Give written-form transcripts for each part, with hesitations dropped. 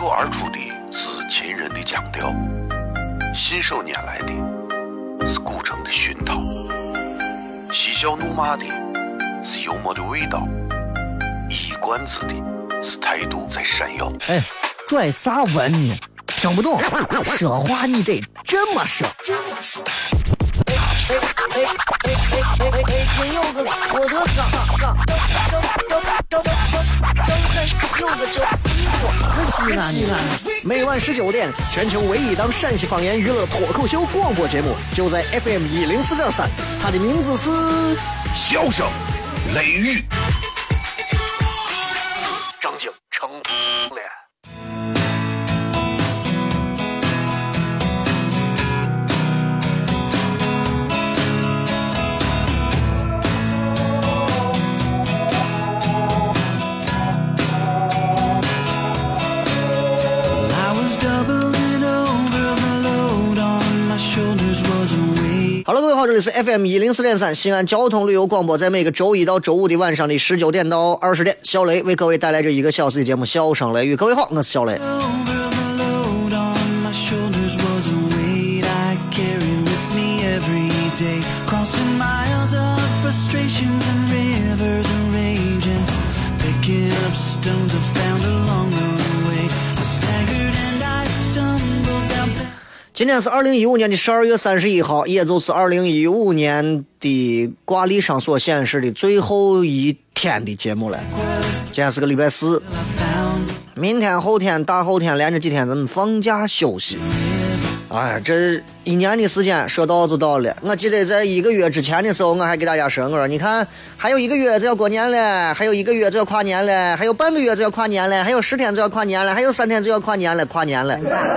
而出的是秦人的腔调，信手拈来的是古城的熏陶，嬉笑怒骂的是幽默的味道，一冠子的是态度在闪耀。 哎，拽啥文呢？听不懂，说话你得这么说。 京有个我的西安，每晚19点，全球唯一档陕西方言娱乐脱口秀广播节目，就在 FM 104.3，它的名字是笑声雷雨。 张景成脸。好了，各位好，这里是 FM 104.3西安交通旅游广播，在每个周一到周五的晚上的19点到20点，小雷为各位带来这一个小时的节目笑声雷雨。各位好，我是小雷。今天是2015年的12月31号，也就是2015年的挂历上所显示的最后一天的节目了。今天是个礼拜四，明天、后天、大后天连着几天咱们放假休息。哎，这一年的时间说到就到了。我记得在1个月之前的时候，我还给大家说，我说你看还有1个月就要过年了，还有1个月就要跨年了，还有半个月就要跨年了，还有10天就要跨年了，还有3天就要跨年了，跨年了。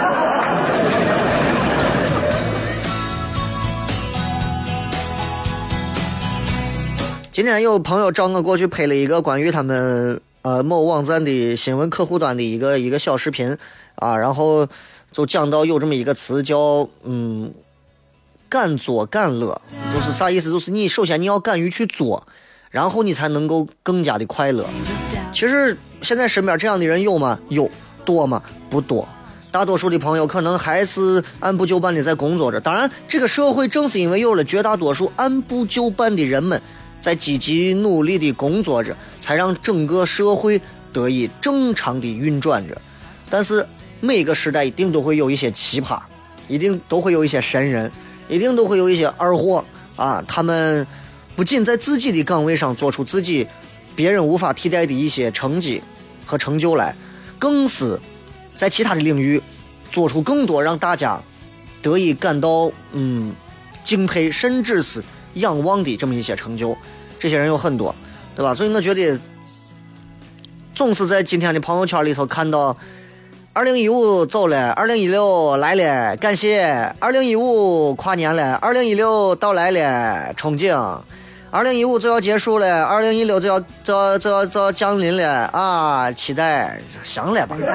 今天有朋友找我过去拍了一个关于他们某网站的新闻客户端的一个小视频啊，然后就讲到有这么一个词叫敢做敢乐，就是啥意思？就是你首先你要敢于去做，然后你才能够更加的快乐。其实现在身边这样的人有吗？有。多吗？不多。大多数的朋友可能还是按部就班的在工作着。当然，这个社会正是因为有了绝大多数按部就班的人们在积极努力的工作着，才让整个社会得以正常的运转着。但是每个时代一定都会有一些奇葩，一定都会有一些神人，一定都会有一些二货啊！他们不仅在自己的岗位上做出自己别人无法替代的一些成绩和成就来，更是在其他的领域做出更多让大家得以感到敬佩甚至是仰望的这么一些成就。这些人有很多，对吧？所以我觉得总是在今天的朋友圈里头看到2015走了，2016来了，感谢2015跨年了，2016到来了，憧憬，2015就要结束了，2016就要降临了啊，期待行了吧。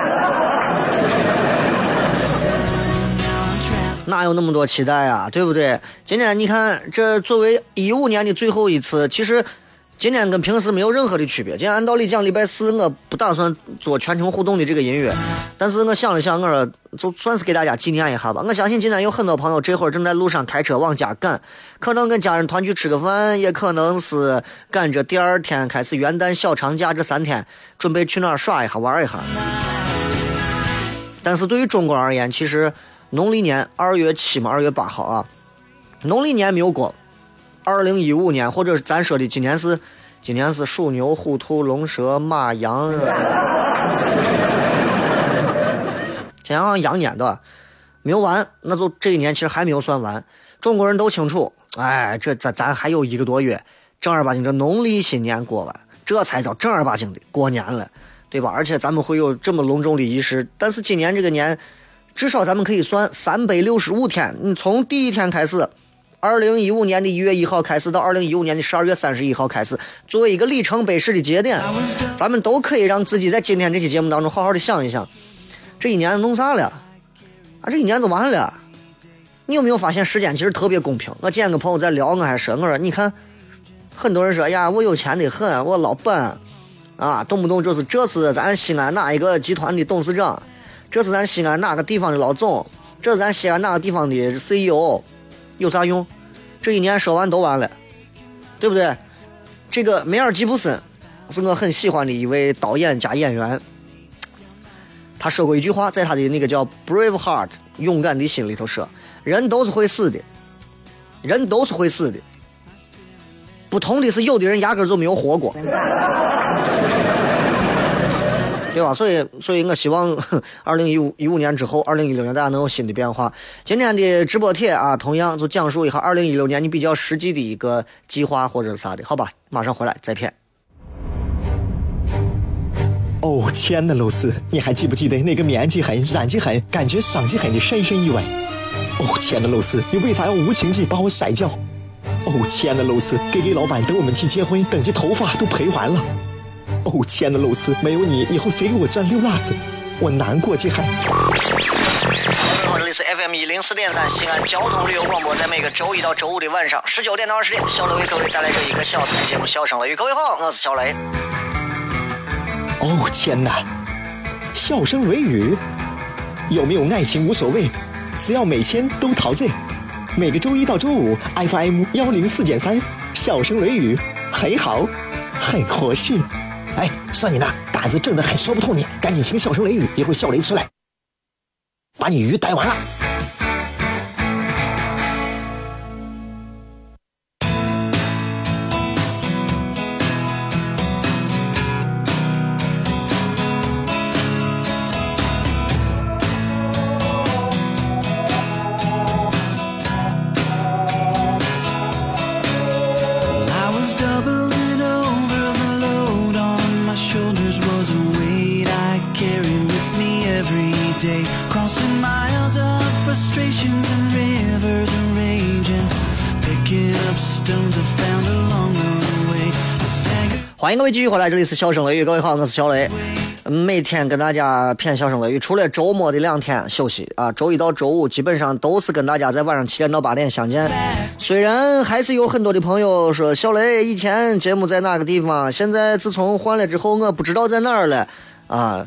哪有那么多期待啊，对不对？今天你看，这作为15年的最后一次，其实今天跟平时没有任何的区别。今天按道理讲礼拜四我不打算做全程互动的这个音乐，但是我想了想，我说就算是给大家纪念一下吧。我相信今天有很多朋友这会儿正在路上开车往家赶，可能跟家人团聚吃个饭，也可能是赶着第二天开始元旦小长假这3天准备去哪儿耍一下玩一下。但是对于中国而言，其实农历年2月7嘛，2月8号啊，农历年没有过。2015年，或者咱说的今年是鼠牛虎兔龙蛇马羊，今年好像羊年的没有完，那就这一年其实还没有算完。中国人都清楚，哎，这咱还有1个多月，正儿八经这农历新年过完，这才叫正儿八经的过年了，对吧？而且咱们会有这么隆重的仪式，但是今年这个年至少咱们可以算365天，你从第一天开始，2015年的1月1号开始到2015年的12月31号开始，作为一个里程碑式的节点，咱们都可以让自己在今天这期节目当中好好的想一想，这一年弄啥了啊？这一年就完了。你有没有发现时间其实特别公平？我今天跟朋友在聊，我还说，我说你看，很多人说呀，我有钱的很，我老板啊，动不动就是这是咱西安哪一个集团的董事长， 这是咱西安哪个地方的老总，这是咱西安哪个地方的 CEO， 有啥用？这一年说完都完了，对不对？这个梅尔吉布森是我很喜欢的一位导演加演员，他说过一句话，在他的那个叫 Braveheart 勇敢的心里头说，人都是会死的，人都是会死的，不同的是有的人压根就没有活过，对吧？所以我希望2015年之后2016年大家能有新的变化。今天的直播帖啊，同样就讲述一下2016年你比较实际的一个计划或者是啥的，好吧？马上回来再片。 哦，亲爱的露丝，你还记不记得那个棉积狠、染剂狠、感觉伤及狠的深深意外？哦，亲爱的露丝，你为啥要无情地把我甩掉？哦，亲爱的露丝，给老板等我们去结婚，等这头发都赔完了。哦，亲爱的露丝，没有你，以后谁给我赚溜辣子？我难过极了。 各位好，这里是 FM104.3西安交通旅游广播，在每个周一到周五的晚上19点到20点，小雷为各位带来这一个小时的节目《笑声雷雨》。各位好，我是小雷。 哦天哪，笑声雷雨，有没有爱情无所谓，只要每天都陶醉。每个周一到周五 FM104.3，笑声雷雨，很好，很合适。哎，算你那胆子正的很，说不透你，赶紧请笑声雷雨，一会儿笑雷出来，把你鱼逮完了。 欢迎各位继续回来，这里是笑声雷雨。各位好，我是小雷。每天跟大家骗笑声雷雨，除了周末的2天休息啊，周一到周五基本上都是跟大家在晚上7点到8点相见。虽然还是有很多的朋友说小雷以前节目在哪个地方，现在自从换了之后我不知道在哪儿了啊。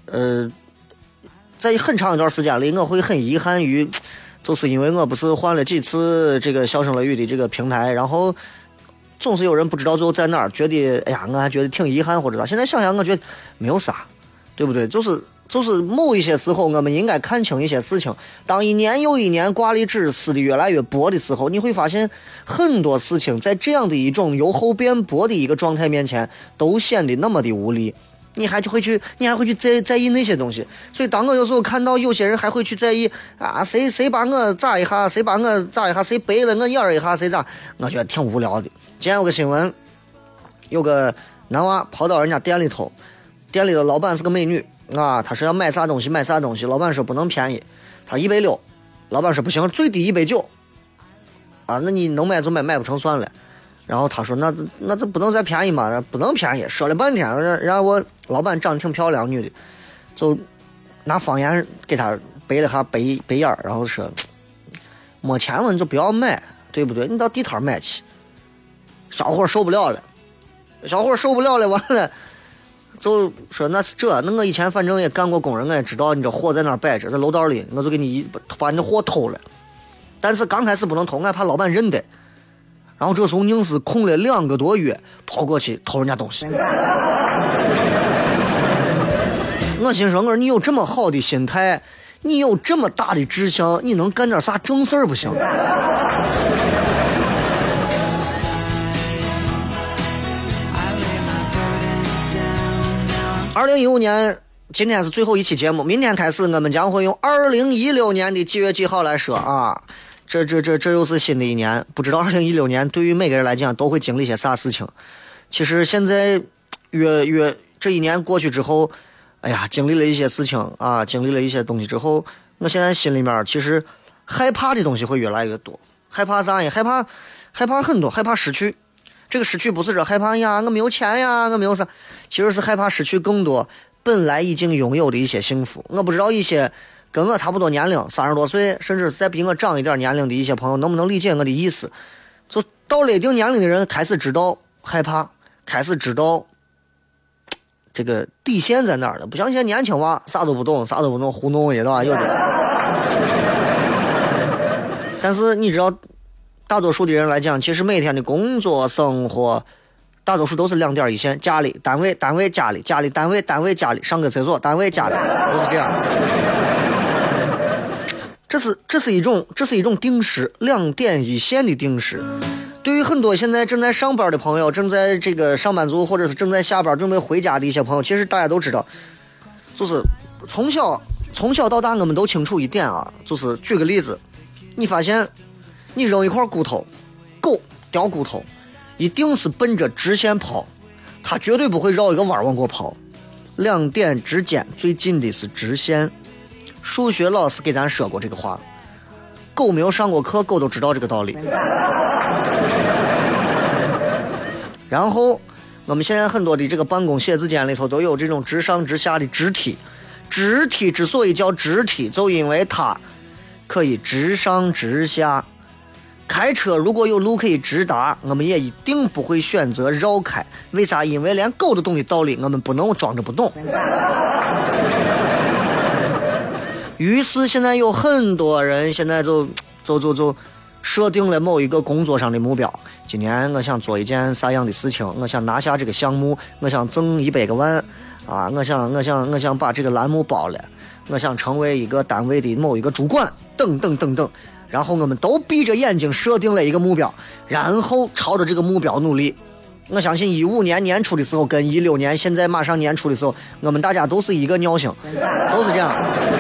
在很长一段时间里我会很遗憾于，就是因为我不是换了几次这个笑声雷雨的这个平台，然后总是有人不知道最后在哪儿，觉得哎呀我还觉得挺遗憾或者啥。现在想想我觉得没有啥，对不对？就是某一些时候我们应该看清一些事情。当一年又一年挂历纸撕得越来越薄的时候，你会发现很多事情在这样的一种由厚变薄的一个状态面前都显得那么的无力，你还会去在意那些东西。所以当我有时候看到有些人还会去在意啊，谁把我咋一下，谁把我咋一下，谁背了我眼儿一下，谁咋，我觉得挺无聊的。今天有个新闻，有个男娃跑到人家店里头，店里的老板是个美女啊，他是要买啥东西，老板说不能便宜，他160，老板说不行，最低190啊，那你能买就买，买不成算了。然后他说那这不能再便宜嘛，不能便宜，说了半天，然后我老板长得挺漂亮女的，就拿方言给他背了下背眼儿，然后说没钱了你就不要买，对不对？你到地摊买去。小伙受不了了，完了就说那我以前反正也干过工人，我也知道你这货在那儿摆着，在楼道里，我就给你把你的货偷了。但是刚开始不能偷，我还怕老板认得。然后这时候硬是空了2个多月，跑过去偷人家东西。我心说，你有这么好的心态，你有这么大的志向，你能干点啥正事儿不行？2015年，今天是最后一期节目，明天开始我们将会用2016年的几月几号来说啊。这又是新的一年，不知道2016年对于每个人来讲都会经历些啥事情。其实现在这一年过去之后，哎呀，经历了一些事情啊，经历了一些东西之后，我现在心里面其实害怕的东西会越来越多。害怕啥呀？害怕很多，害怕失去。这个失去不是说害怕呀，我没有钱呀，我没有啥，其实是害怕失去更多本来已经拥有的一些幸福。我不知道一些跟我差不多年龄30多岁，甚至是再比我长一点年龄的一些朋友能不能理解我的意思。就到了一定年龄的人开始知道害怕，开始知道这个底线在哪儿呢？不像一些年轻娃啥都不懂，啥都不懂，糊弄也对吧？有的。但是你知道，大多数的人来讲，其实每天的工作生活，大多数都是两点一线：家里、单位、单位、家里、家里、单位、单位、家里，上个厕所、单位、家里，都是这样。这是一种定时，两点一线的定时。对于很多现在正在上班的朋友，正在这个上班族，或者是正在下班准备回家的一些朋友，其实大家都知道，就是从小到大我们都清楚一点啊，就是举个例子，你发现你扔一块骨头，狗叼骨头一定是奔着直线跑，它绝对不会绕一个弯往过跑，两点之间最近的是直线。数学老师给咱说过这个话，狗没有上过课，狗都知道这个道理。然后我们现在很多的这个办公写字间里头都有这种直上直下的直梯，直梯之所以叫直梯，就因为它可以直上直下。开车如果有路可以直达，我们也一定不会选择绕开。为啥？因为连狗都懂的道理，我们不能装着不懂。于是现在有很多人现在就设定了某一个工作上的目标。今年我想做一件啥样的事情，我想拿下这个项目，我想挣100个万啊！我想把这个栏目包了，我想成为一个单位的某一个主管，等等等等。然后我们都闭着眼睛设定了一个目标，然后朝着这个目标努力。我相信15年年初的时候跟16年现在马上年初的时候，我们大家都是一个尿性，都是这样，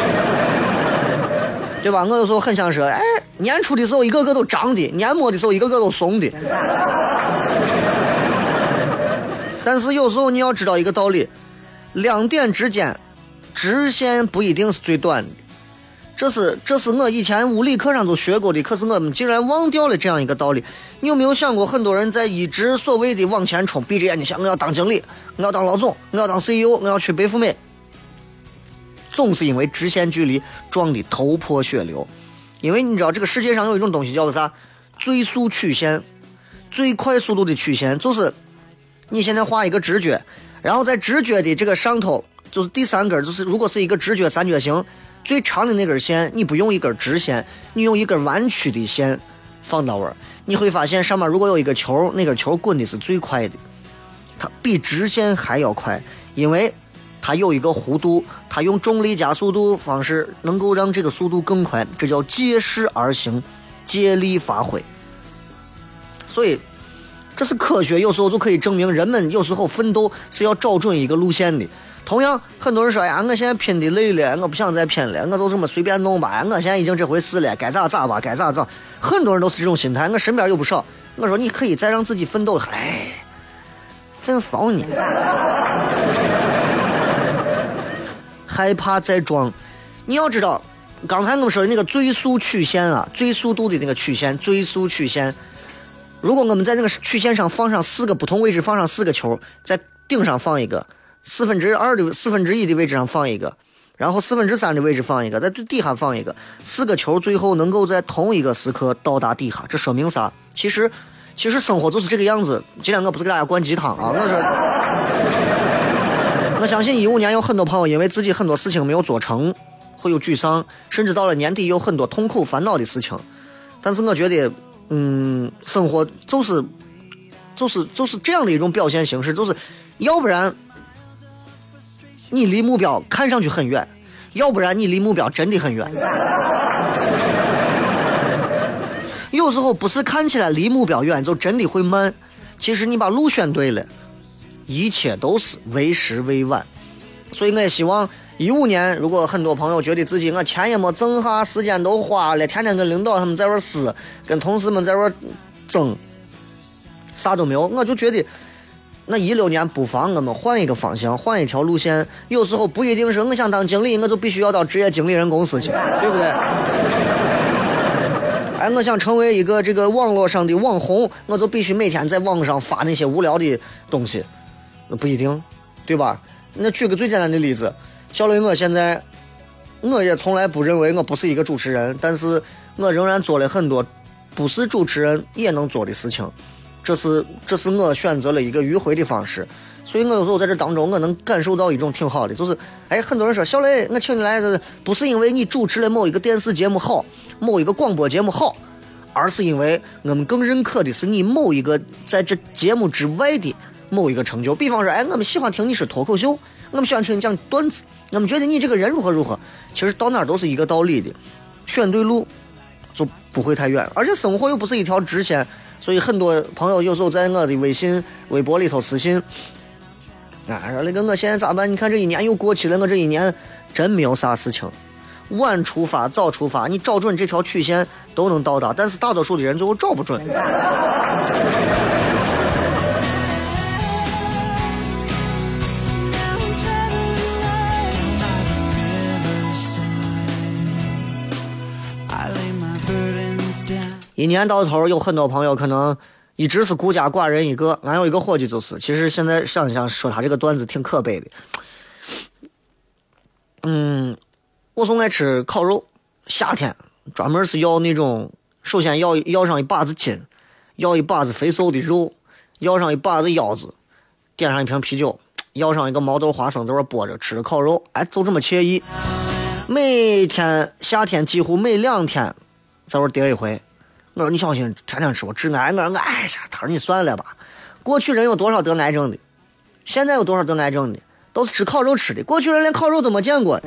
对吧？我有时候很想说，哎，年初的时候一个个都涨的，年末的时候一个个都怂的。但是有时候你要知道一个道理，两点之间直线不一定是最短的。这是我以前物理课上都学过的，可是我们竟然忘掉了这样一个道理。你有没有想过，很多人在一直所谓的往前冲，闭着眼睛想我要当经理，我要当老总，我要当 CEO， 我要去白富美，总是因为直线距离撞得头破血流。因为你知道这个世界上有一种东西叫做啥？最速曲线。最快速度的曲线就是你现在画一个直角，然后在直角的这个上头就是第三根，就是如果是一个直角三角形，最长的那根线你不用一根直线，你用一根弯曲的线放到位，你会发现上面如果有一个球，那个球滚的是最快的，它比直线还要快，因为它有一个弧度，它用重力加速度方式能够让这个速度更快，这叫借势而行，借力发挥。所以这是科学，有时候就可以证明人们有时候奋斗是要找准一个路线的。同样很多人说，哎呀，我现在拼的累了，我不想再拼了，我就这么随便弄吧，我现在已经这回事了，该咋咋吧，该咋咋。很多人都是这种心态，我身边有不少。我说你可以再让自己奋斗，哎，奋骚你，害怕再撞。你要知道，刚才我们说的那个最速曲线啊，最速度的那个曲线，最速曲线，如果我们在那个曲线上放上4个不同位置，放上4个球，在顶上放一个，1/4的1/4的位置上放一个，然后3/4的位置放一个，在底下放一个，4个球最后能够在同一个时刻到达底下，这说明啥？其实生活就是这个样子。今天我不是给大家灌鸡汤啊，我相信15年有很多朋友因为自己很多事情没有做成会有沮丧，甚至到了年底有很多痛苦烦恼的事情。但是我觉得生活就是这样的一种表现形式，就是要不然你离目标看上去很远，要不然你离目标真的很远。有时候不是看起来离目标远就真的会慢，其实你把路选对了，一切都是为时未晚。所以我也希望15年，如果很多朋友觉得自己我钱也没挣哈，时间都花了，天天跟领导他们在这撕，跟同事们在这争，啥都没有，我就觉得那16年不妨我们换一个方向，换一条路线。有时候不一定是我想当经理，我就必须要到职业经理人公司去，对不对？哎，我想成为一个这个网络上的网红，我就必须每天在网上发那些无聊的东西，那不一定，对吧？那举个最简单的例子，小雷，我现在我也从来不认为我不是一个主持人，但是我仍然做了很多不是主持人也能做的事情。这是我选择了一个迂回的方式， 所以我有时候在这当中，我能感受到一种挺好的，就是很多人说小雷，我请你来的不是因为你主持了某一个电视节目好，某一个广播节目好，而是因为我们更认可的是你某一个在这节目之外的某一个成就。比方说我们喜欢听你是脱口秀，我们喜欢听你讲段子，我们觉得你这个人如何如何，其实到哪儿都是一个道理的，选对路就不会太远，而且生活又不是一条直线。所以很多朋友有时候在我的微信微博里头私信说那个我现在咋办，你看这一年又过去了，我这一年真没有啥事情，晚出发早出发，你找准这条曲线都能到达，但是大多数的人最后找不准。一年到头有很多朋友可能一直是孤家寡人一个，俺有一个伙计就是，其实现在想一想说他这个段子挺可悲的。我总爱吃烤肉，夏天专门是要那种，首先要上一把子筋，要一把子肥瘦的肉，要上一把子腰子，点上一瓶啤酒，要上一个毛豆花生在这剥着吃着烤肉，就这么惬意。每天夏天几乎每2天在这叠一回。我说你小心天天吃我致癌，他说你算了吧。过去人有多少得癌症的，现在有多少得癌症的，都是吃烤肉吃的，过去人连烤肉都没见过。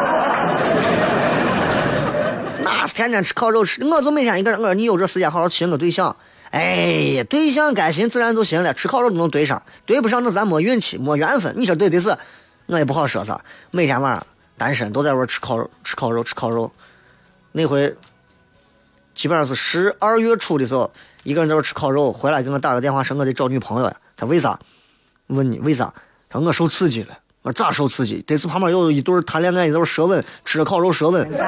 那是天天吃烤肉吃的，我就每天一个人，我说你有这时间好好寻个对象，对象该寻自然就行了，吃烤肉都能对上，对不上那咱没运气没缘分，你说对的是，我也不好说啥。每天晚上单身都在这吃烤肉，那回基本上是12月初的时候，一个人在这吃烤肉，回来给我打个电话说我得找女朋友呀。他为啥？问你为啥？他说我受刺激了。我说咋受刺激？这次旁边有一对谈恋爱，在这舌吻，吃着烤肉舌吻。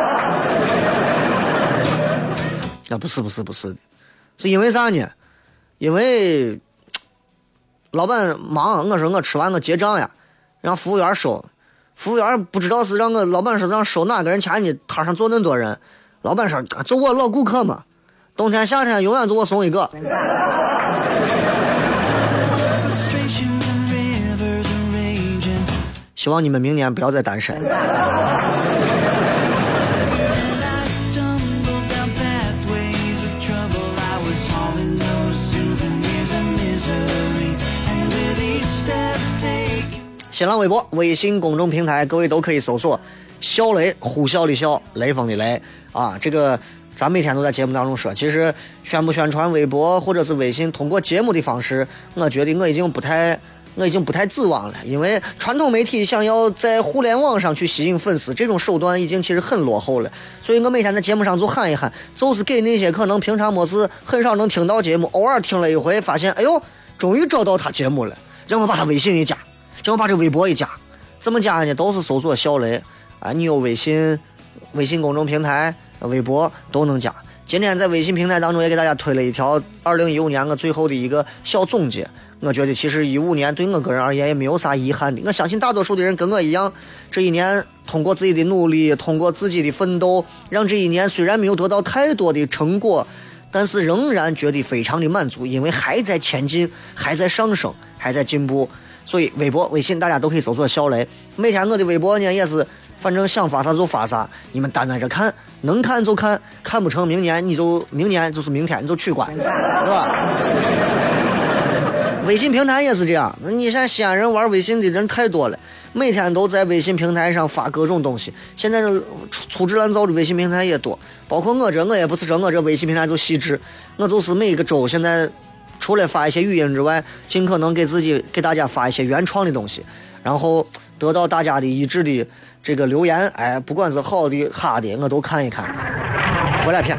不是的，是因为啥呢？因为老板忙，我说我吃完我结账呀，让服务员收，服务员不知道是让我老板说让收哪个人钱呢？摊上坐那么多人。老板说就我老顾客嘛，冬天夏天永远就我送一个。希望你们明年不要再单身。新浪微博、微信公众平台，各位都可以搜索笑雷，呼啸的笑，雷锋的雷这个咱每天都在节目当中说，其实宣不宣传微博或者是微信通过节目的方式，我觉得我已经不太指望了，因为传统媒体想要在互联网上去吸引粉丝，这种手段已经其实很落后了，所以我每天在节目上就喊一喊，就是给那些可能平常没事很少能听到节目，偶尔听了一回发现终于找到他节目了，让我把他微信一加，让我把这微博一加，怎么加呢？都是搜索小雷你有微信公众平台、微博都能加。今天在微信平台当中也给大家推了一条2015年我最后的一个小总结。我觉得其实15年对我个人而言也没有啥遗憾的，我相信大多数的人跟我一样，这一年通过自己的努力，通过自己的奋斗，让这一年虽然没有得到太多的成果，但是仍然觉得非常的满足，因为还在前进，还在上升，还在进步。所以微博、微信大家都可以搜索小雷。每天我的微博呢也是反正想发啥就发啥，你们单着看，能看就看，看不成明年就是明天你就取关，对吧？微信平台也是这样，你现在西安人玩微信的人太多了，每天都在微信平台上发各种东西，现在这粗制滥造的微信平台也多，包括我也不是我这微信平台就细致，我就是每个周现在除了发一些语音之外，尽可能给大家发一些原创的东西，然后得到大家的一致的这个留言，不管是好的哈的我都看一看。回来片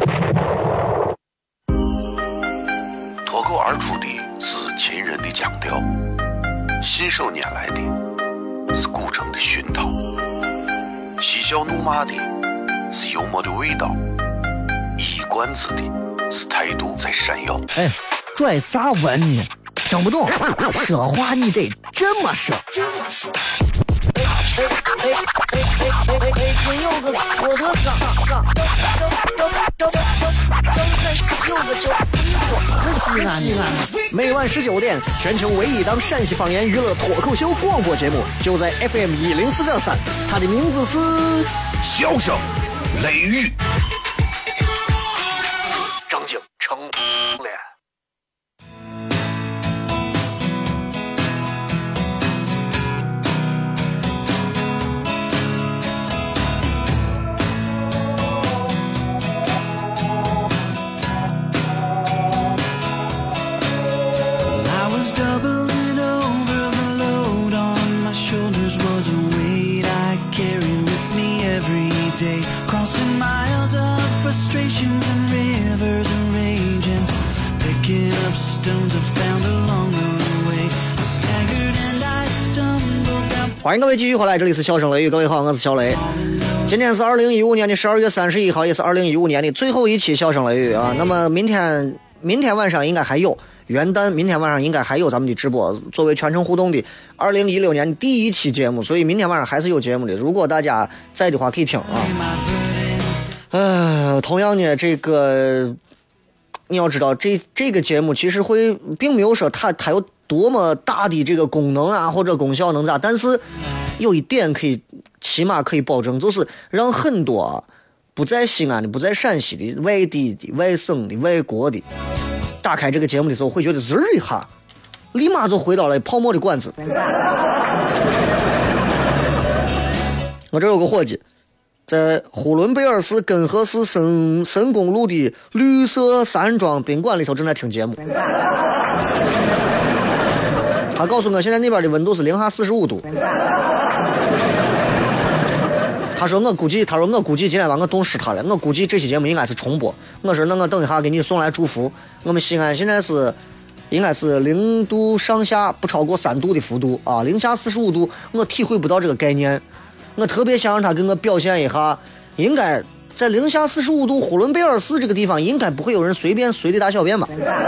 脱口而出的是秦人的腔调，信手拈来的是古城的熏陶，嬉笑怒骂的是幽默的味道，一冠子的是态度在闪耀。 拽啥文呢？听不懂，说话你得这么说。 每晚19点，全球唯一档陕西方言娱乐脱口秀广播节目，就在 FM 104.3，它的名字是笑声雷雨。 张景成脸。 Frustrations and rivers are raging, picking up stones I found along the way. I staggered and I stumbled down. 欢迎各位继续回来，这里是笑声雷雨，各位好，我是小雷。今天是2015年的12月31号，也是2015年的最后一期笑声雷雨啊。那么明天晚上应该还有元旦，明天晚上应该还有咱们的直播，作为全程互动的2016年第一期节目，所以明天晚上还是有节目的。如果大家在的话，可以听啊。同样呢，这个你要知道，这个节目其实并没有说它有多么大的这个功能啊或者功效能咋，但是有一点起码可以保证，就是让很多不在西安的、不在陕西的、外地的、外省的、外国的，打开这个节目的时候会觉得滋儿一下，立马就回到了泡沫的馆子。我这有个伙计。在呼伦贝尔市根河市深公路的绿色山庄宾馆里头正在听节目，他告诉我现在那边的温度是零下45度。他说我估计今天晚上我冻死他了，我估计这期节目应该是重播。我说那我等一下给你送来祝福。我们西安现在应该是0度上下不超过3度的幅度啊，零下45度我体会不到这个概念。我特别想让他给我表现一下，应该在零下45度呼伦贝尔市这个地方，应该不会有人随便随地大小便吧？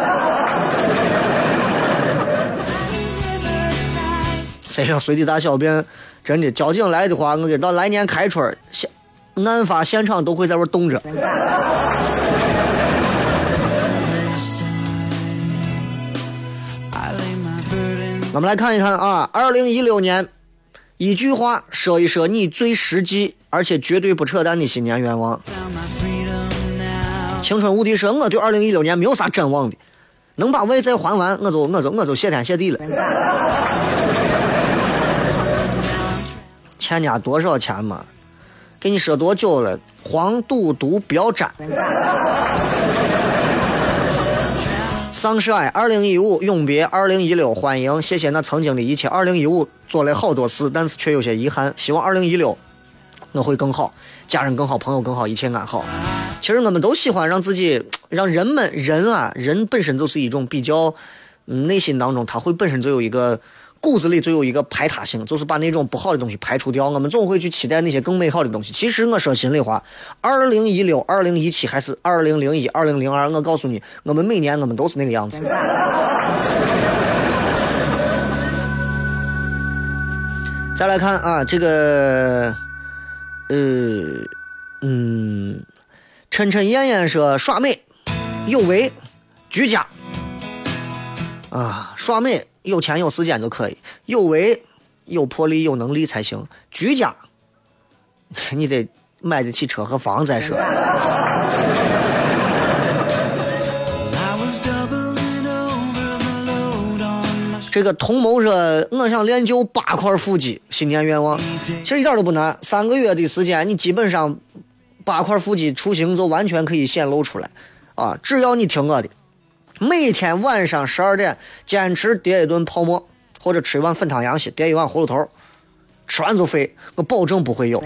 谁要随地大小便？真的，交警来的话，我给到来年开春，案发现场都会在这冻着。我们来看一看啊，2016年。一句话说一说你最实际而且绝对不扯淡的新年愿望。青春无敌说，我对2016年没有啥展望的，能把外债还完，我就谢天谢地了。欠家多少钱嘛？给你说多久了？黄赌毒不要沾。丧尸爱2015永别2016欢迎，谢谢那曾经的一切。2015做了好多事，但是却有些遗憾。希望2016我会更好，家人更好，朋友更好，一切安好。其实我们都喜欢让人本身就是一种比较，内心当中他会本身就有一个骨子里就有一个排他性，就是把那种不好的东西排除掉。我们总会去期待那些更美好的东西。其实我说心里话，2016、2017还是2001、2002，我告诉你，我们每年我们都是那个样子。再来看啊，这个，琛燕燕说耍美、有为、居家啊，耍美。有钱有时间就可以，有为有魄力有能力才行。居家你得买得起车和房再说。这个同谋说我想练就8块腹肌，新年愿望其实一点都不难，3个月的时间你基本上8块腹肌雏形就完全可以显露出来啊！只要你听我的，每天晚上12点坚持叠一顿泡沫，或者吃一碗粉汤羊血，叠一碗葫芦头，吃完就废，我保证不会有。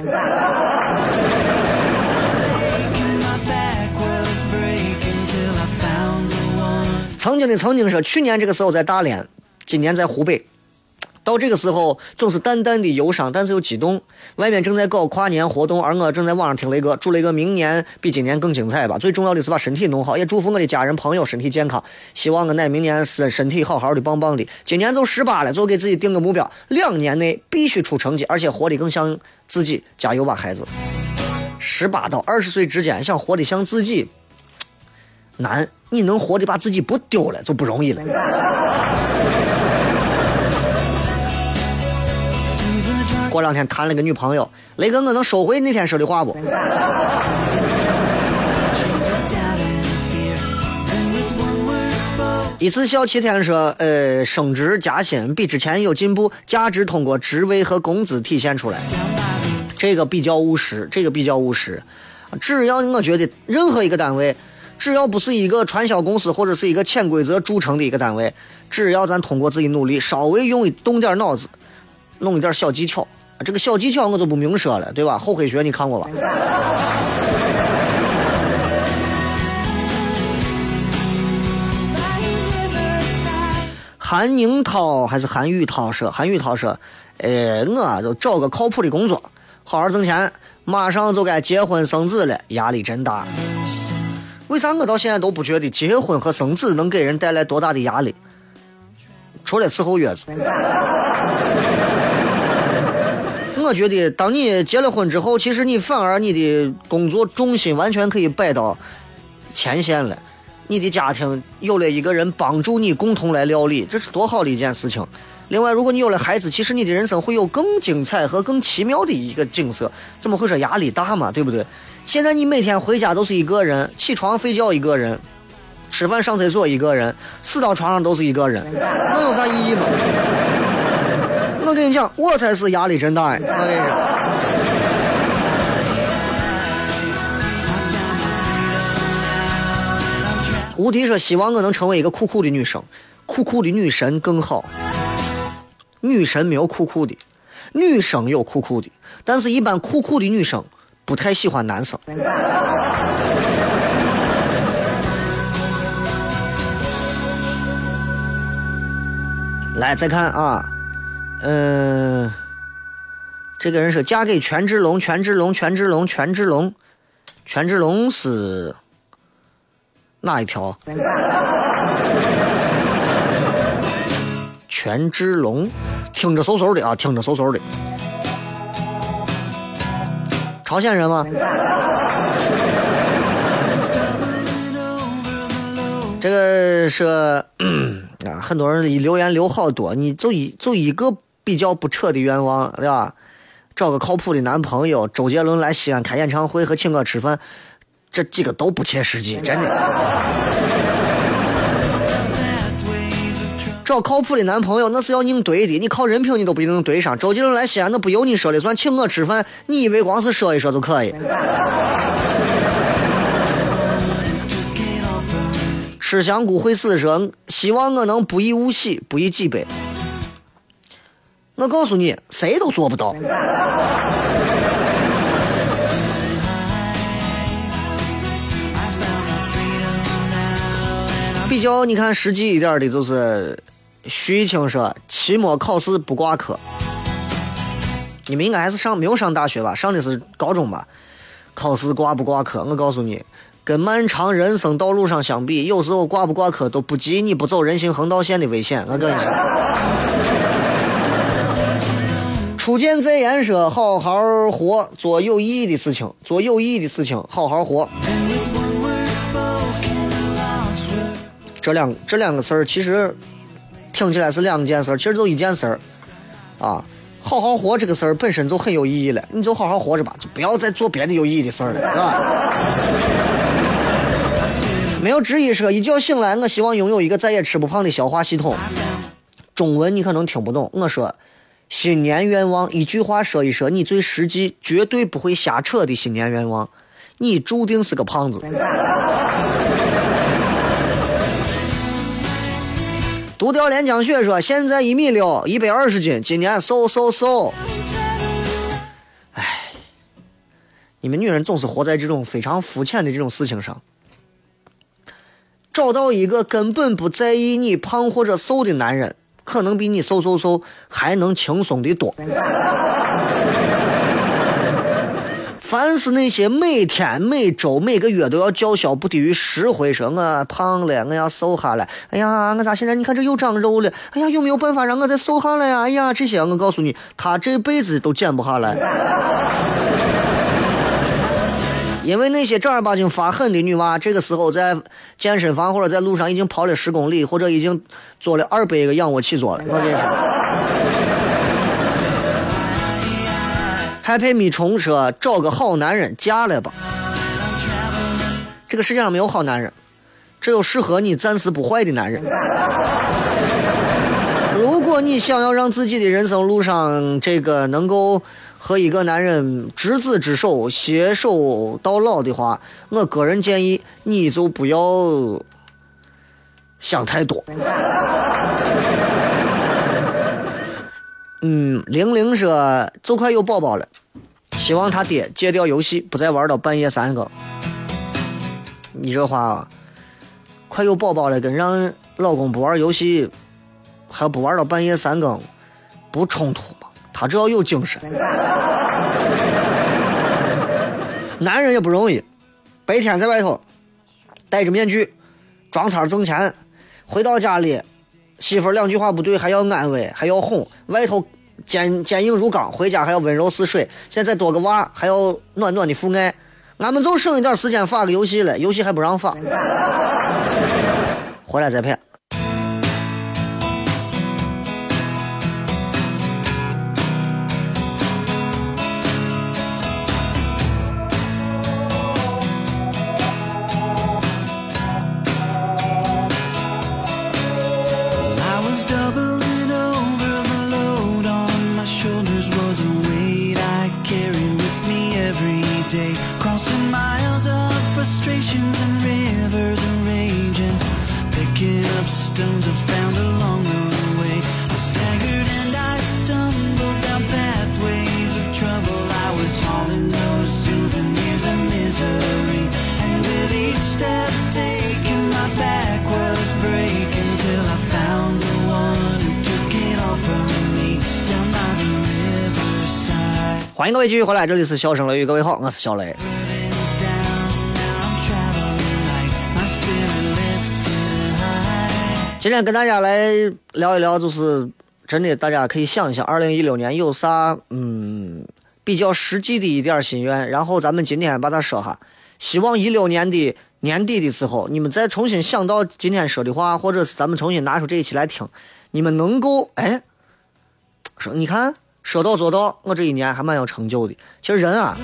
曾经说去年这个时候在大连，今年在湖北， 到这个时候总是淡淡的忧伤，但是又激动。外面正在搞跨年活动，而我正在网上听雷哥，祝雷哥明年比今年更精彩吧。最重要的是把身体弄好，也祝福我的家人朋友身体健康。希望我乃明年身体好好的棒棒的。今年就18了，就给自己定个目标，2年内必须出成绩，而且活得更像自己。加油吧，孩子！18到20岁之间，想活得像自己难，你能活得把自己不丢了就不容易了。过2天谈了个女朋友，雷哥，我能收回那天说的话不？一次小7天说，升职加薪比之前有进步，价值通过职位和工资体现出来。这个比较务实，只要我觉得任何一个单位，只要不是一个传销公司或者是一个潜规则铸成的一个单位，只要咱通过自己努力，稍微动点脑子，弄一点小技巧，这个小技巧我就不明说了，对吧？后黑学你看过吧？韩宁涛还是韩宇涛说，我就找个靠谱的工作，好好挣钱，马上就该结婚生子了，压力真大。为啥我到现在都不觉得结婚和生子能给人带来多大的压力？除了伺候月子。我觉得当你结了婚之后，其实你反而你的工作重心完全可以摆到前线了，你的家庭有了一个人帮助你共同来料理，这是多好的一件事情。另外，如果你有了孩子，其实你的人生会有更精彩和更奇妙的一个景色。怎么会说压力大嘛？对不对？现在你每天回家都是一个人，起床睡觉一个人，吃饭上厕所一个人，死到床上都是一个人，那有啥意义吗？我跟你讲，我才是压力真大。我跟你讲，无敌说希望我能成为一个酷酷的女生，酷酷的女神更好。女神没有酷酷的，女生有酷酷的，但是一般酷酷的女生不太喜欢男生。来再看啊，这个人是嫁给权志龙是哪一条？权志龙，听着嗖嗖的啊，听着嗖嗖的。朝鲜人吗？这个是很多人留言留好多，你就一个比较不扯的愿望，对吧？找个靠谱的男朋友，周杰伦来西安开演唱会和请我吃饭，这几个都不切实际，真的。找靠谱的男朋友那是要硬对的，你靠人品你都不一定能对上。周杰伦来西安那不由你说了算，请我吃饭，你以为光是说一说就可以？吃香菇会死说，希望我能不以物喜，不以己悲。我告诉你，谁都做不到。比较你看实际一点的就是徐青说期末考试不挂科，你们应该还是没有上大学吧，上的是高中吧。考试挂不挂科，我告诉你，跟漫长人生道路上相比，有时候挂不挂科都不及你不走人行横道线的危险。我跟你说，初见在言说好好活，做有意义的事情，好好活。这两个事儿其实听起来是两件事，其实就一件事儿啊。好好活这个事儿本身就很有意义了，你就好好活着吧，就不要再做别的有意义的事儿了，是吧？没有质疑说一觉醒来，我希望拥有一个再也吃不胖的消化系统。中文你可能听不懂，我说新年愿望一句话说一说，你最实际绝对不会瞎扯的新年愿望，你注定是个胖子。独钓连江雪说现在1.6米120斤，今年瘦。哎，你们女人总是活在这种非常肤浅的这种事情上。找到一个根本不在意你胖或者瘦的男人， 可能比你瘦还能轻松的多。凡是那些每天每周每个月都要叫嚣不低于10回说我胖了，我要瘦下来，哎呀我咋现在你看这又长肉了，哎呀有没有办法让我再瘦下来呀？哎呀这些我告诉你，他这辈子都减不下来。因为那些正儿八经发狠的女娃，这个时候在健身房或者在路上已经跑了10公里，或者已经做了200个仰卧起坐了。我跟你说，Happy 米虫说找个好男人嫁了吧。这个世界上没有好男人，只有适合你暂时不坏的男人。如果你想要让自己的人生路上这个能够和一个男人执子之手携手到老的话，我个人建议你就不要想太多。00说就快有宝宝了，希望他爹戒掉游戏，不再玩到半夜3更。你这话快有宝宝了跟让老公不玩游戏还不玩到半夜3更不冲突吗？他只要有精神。男人也不容易，白天在外头戴着面具装叉挣钱，回到家里媳妇2句话不对还要安慰还要哄，外头坚硬如钢，回家还要温柔似水，现在多个娃还要暖暖的父爱，俺们就省一点时间发个游戏了，游戏还不让发。回来再骗。 Stones are found along the way. I staggered and I stumbled down pathways of trouble. I was hauling those souvenirs of misery, and with each step taken my back was breaking till I found the one who took it all from me down by the riverside. 欢迎各位继续回来，这里是笑声雷雨，各位好，我是小雷。今天跟大家来聊一聊，就是真的大家可以想一想2016年有啥比较实际的一点心愿，然后咱们今天把它说下，希望16年的年底的时候你们再重新想到今天说的话，或者是咱们重新拿出这一期来听，你们能够说你看说到做到，我这一年还蛮有成就的。其实人啊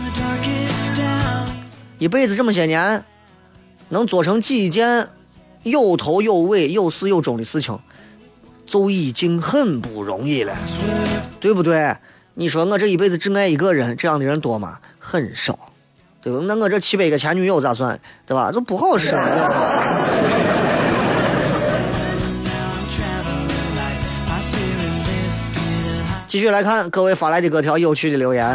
一辈子这么些年能做成几件有头有尾有始有终的事情就已经很不容易了，对不对？你说我这一辈子只爱一个人，这样的人多吗？很少，对吧？那我这700个前女友咋算，对吧？这不好使。继续来看各位发来的各条有趣的留言。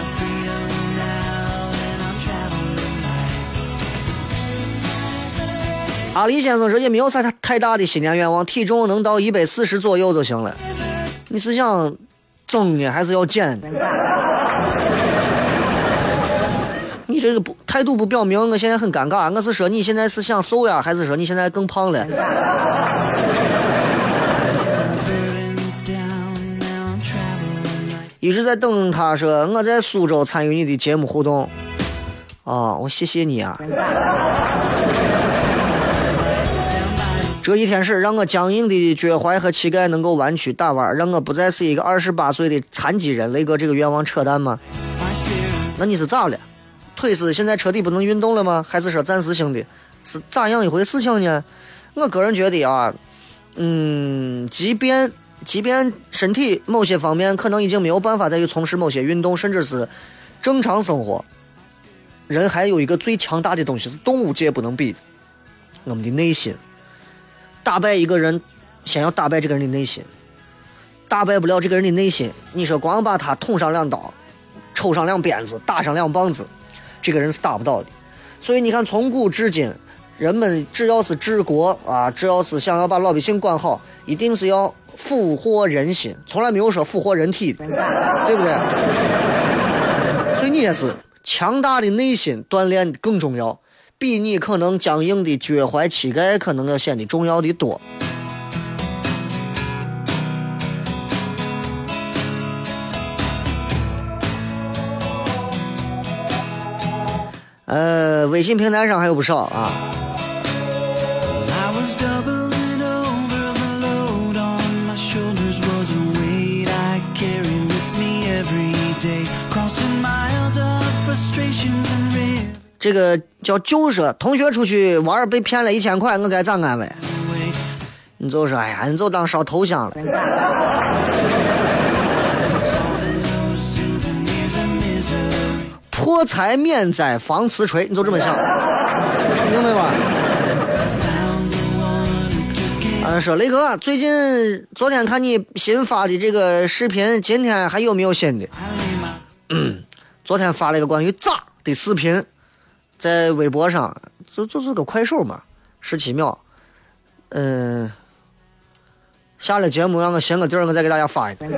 阿里先生说也没有啥太大的新年愿望，体重能到140左右就行了。你是想增呢还是要减？你这个态度不表明，我现在很尴尬。我是说你现在是想瘦呀，还是说你现在更胖了？一直在等他说我在苏州参与你的节目互动。我谢谢你啊。这一天是让我僵硬的脚踝和膝盖能够弯曲打弯，让我不再是一个28岁的残疾人。雷哥这个愿望扯淡吗？那你是咋了？腿是现在彻底不能运动了吗？还是说暂时性的？是咋样一回事情呢？我个人觉得啊，即便身体某些方面可能已经没有办法再去从事某些运动，甚至是正常生活，人还有一个最强大的东西是动物界不能比的，我们的内心。打败一个人，先要打败这个人的内心，打败不了这个人的内心，你说光把他捅上2刀，抽上2鞭子，打上2棒子，这个人是打不到的。所以你看从古至今人们只要是治国啊，只要是想要把老百姓管好，一定是要复活人心，从来没有说复活人体的，对不对？所以你也是强大的内心锻炼更重要，比你可能僵硬的脚踝膝盖可能要显得重要的多。微信平台上还有不少啊。这个叫旧社，同学出去玩被骗了1000块，我该咋安慰？你就说，哎呀，你就当烧头香了。破财免灾防瓷锤，你就这么想，明白吧？说雷哥，最近昨天看你新发的这个视频，今天还有没有新的？昨天发了一个关于炸的视频，在微博上，就是个快手嘛，17秒。下了节目让我寻个地儿，我再给大家发一个。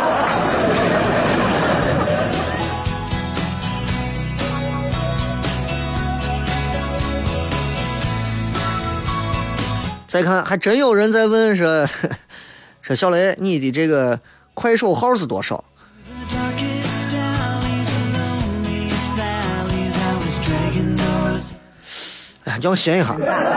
再看，还真有人在问说小雷，你的这个快手号是多少？哎，叫我寻一下。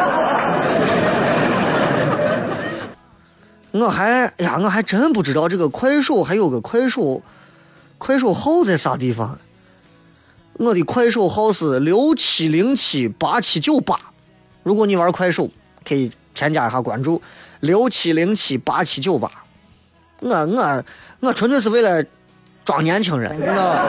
我还真不知道这个快手还有个快手号在啥地方。我的快手号是67078798，如果你玩快手可以添加一下关注67078798。我纯粹是为了装年轻人，你知道吧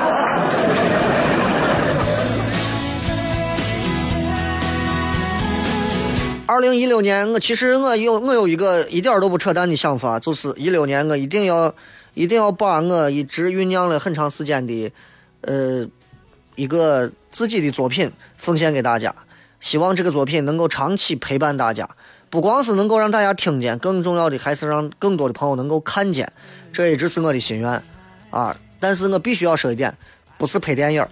？2016年，我有一个一点都不扯淡的想法，就是16年我一定要把我一直酝酿了很长时间的一个自己的作品奉献给大家，希望这个作品能够长期陪伴大家，不光是能够让大家听见，更重要的还是让更多的朋友能够看见，这一直是我的心愿啊！但是我必须要说一点，不是拍电影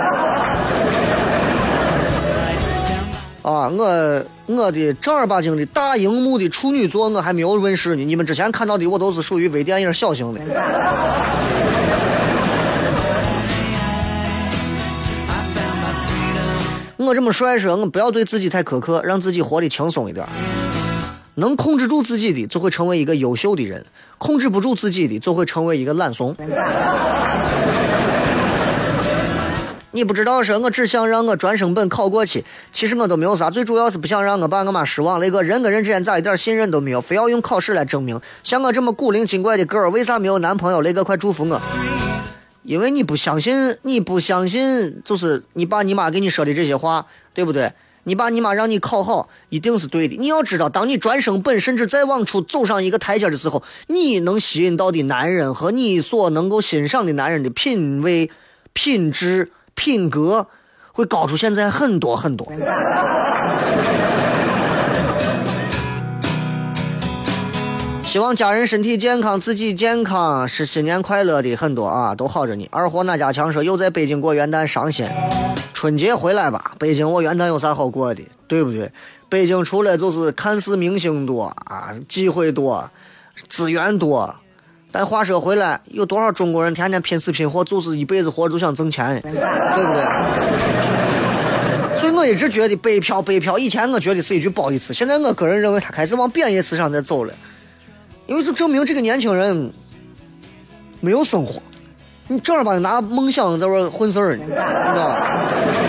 啊！我的正儿八经的大荧幕的处女作我还没有问世呢，你们之前看到的我都是属于微电影小型的。我这么帅说，我不要对自己太苛刻，让自己活得轻松一点。能控制住自己的，就会成为一个优秀的人；控制不住自己的，就会成为一个懒怂。你不知道是我只想让我专升本考过去，其实我都没有啥，最主要是不想让我爸我妈失望。那个人跟人之间咋一点信任都没有，非要用考试来证明。像我这么古灵精怪的girl，为啥没有男朋友？那个快祝福我。因为你不相信，就是你爸你妈给你说的这些话，对不对？你爸你妈让你考好，一定是对的。你要知道，当你专升本，甚至再往出走上一个台阶的时候，你能吸引到的男人和你所能够欣赏的男人的品味、品质、品格，会高出现在很多很多。希望家人身体健康，自己健康，是新年快乐的很多啊，都好着呢。二货那家强说又在北京过元旦伤心，春节回来吧，北京我元旦有啥好过的，对不对？北京除了就是看似明星多啊，机会多，资源多，但话说回来，有多少中国人天天拼死拼活，就是一辈子活着都想挣钱，对不对？所以我一直觉得北漂，以前我觉得是一句褒义词，现在我个人认为它开始往贬义词上在走了。因为就证明这个年轻人没有生活，你正儿八经拿梦想在这混事儿，你知道吧？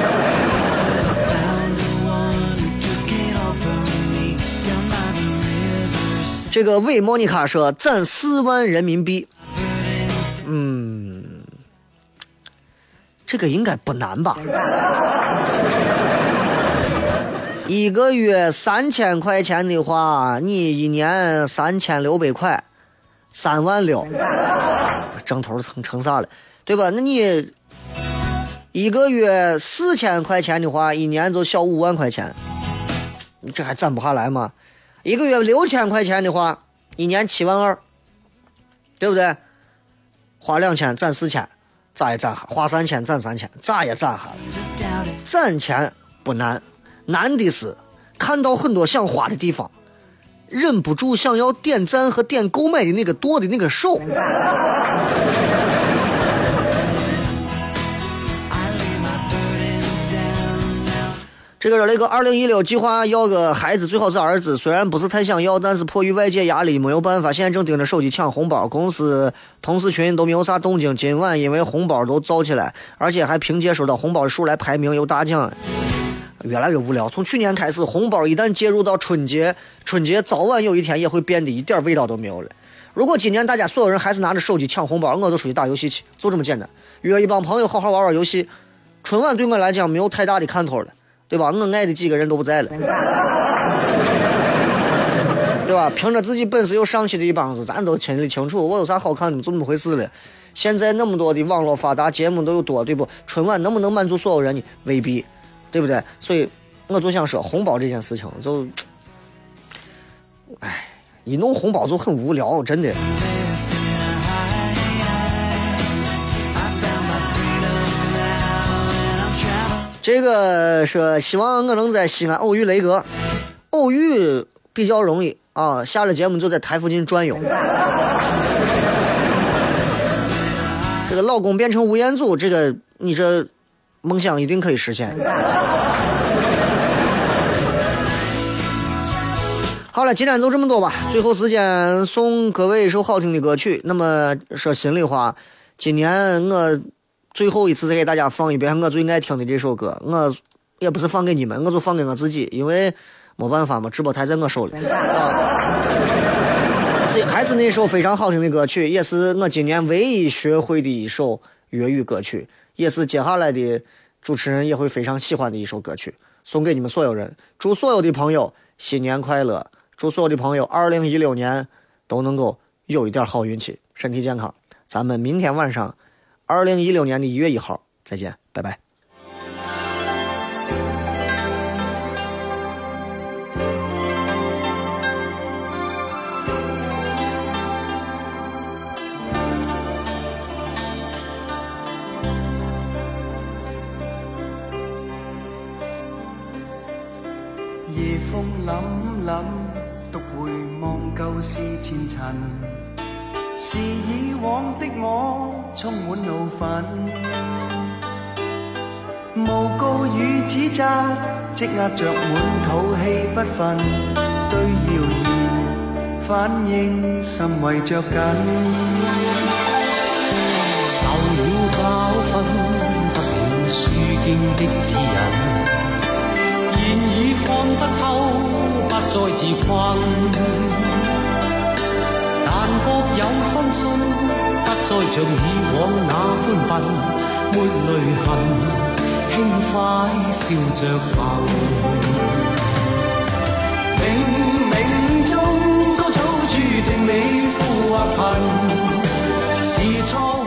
这个韦莫妮卡说攒4万人民币，这个应该不难吧？一个月3000块钱的话，你一年3600块，3万6，正头成啥了，对吧？那你一个月4000块钱的话，一年就小5万块钱， 你这还攒不下来吗？一个月6000块钱的话，一年72000，对不对？花2000攒4000，咋也攒下；花3000攒3000，咋也攒下了。攒钱不难，难的是看到很多想花的地方，忍不住想要点赞和点购买的那个多的那个手。这个那个2016计划要个孩子，最好是儿子，虽然不是太想要，但是迫于外界压力没有办法，现在正盯着手机抢红包，公司同事群都没有啥动静，今晚因为红包都造起来，而且还凭借收到红包数来排名有大奖，越来越无聊。从去年开始，红包一旦介入到春节早晚有一天也会变得一点味道都没有了。如果今年大家所有人还是拿着手机抢红包，我就出去打游戏去，就这么简单，约一帮朋友好好玩玩游戏。春晚对我来讲没有太大的看头了，对吧？我爱的几个人都不在了，对吧？凭着自己本事又上去的一帮子，咱都心里清楚，我有啥好看的，这么回事了。现在那么多的网络发达，节目都有多，对不？春晚能不能满足所有人呢？未必，对不对？所以我就想说，红包这件事情就，哎，一弄红包就很无聊，真的。这个是希望我能在西安偶遇雷哥，偶遇比较容易啊，下了节目就在台附近转悠。这个老公变成吴彦祖，这个你这梦想一定可以实现。好了，今天就这么多吧，最后时间送各位一首好听的歌曲。那么说心里话，今年我最后一次再给大家放一遍我最爱听的这首歌，我也不是放给你们，我就放给我自己，因为没办法嘛，直播台在我手里啊。这还是那首非常好听的歌曲，也是我今年唯一学会的一首粤语歌曲，也是接下来的主持人也会非常喜欢的一首歌曲，送给你们所有人。祝所有的朋友新年快乐，祝所有的朋友2016年都能够有一点好运气，身体健康。咱们明天晚上2016年的1月1号再见，拜拜。 夜風凜凜，獨回望舊事前塵，是以往的我充滿怒憤，無告與指責，積壓着滿肚氣不忿，對謠言反應甚為着緊，受了教訓，得了書經的指引。現已看得透，不再自困，但各有分數，不再像以往那般笨，沒淚痕，輕快笑着行。冥冥中都早注定你富或貧，是錯。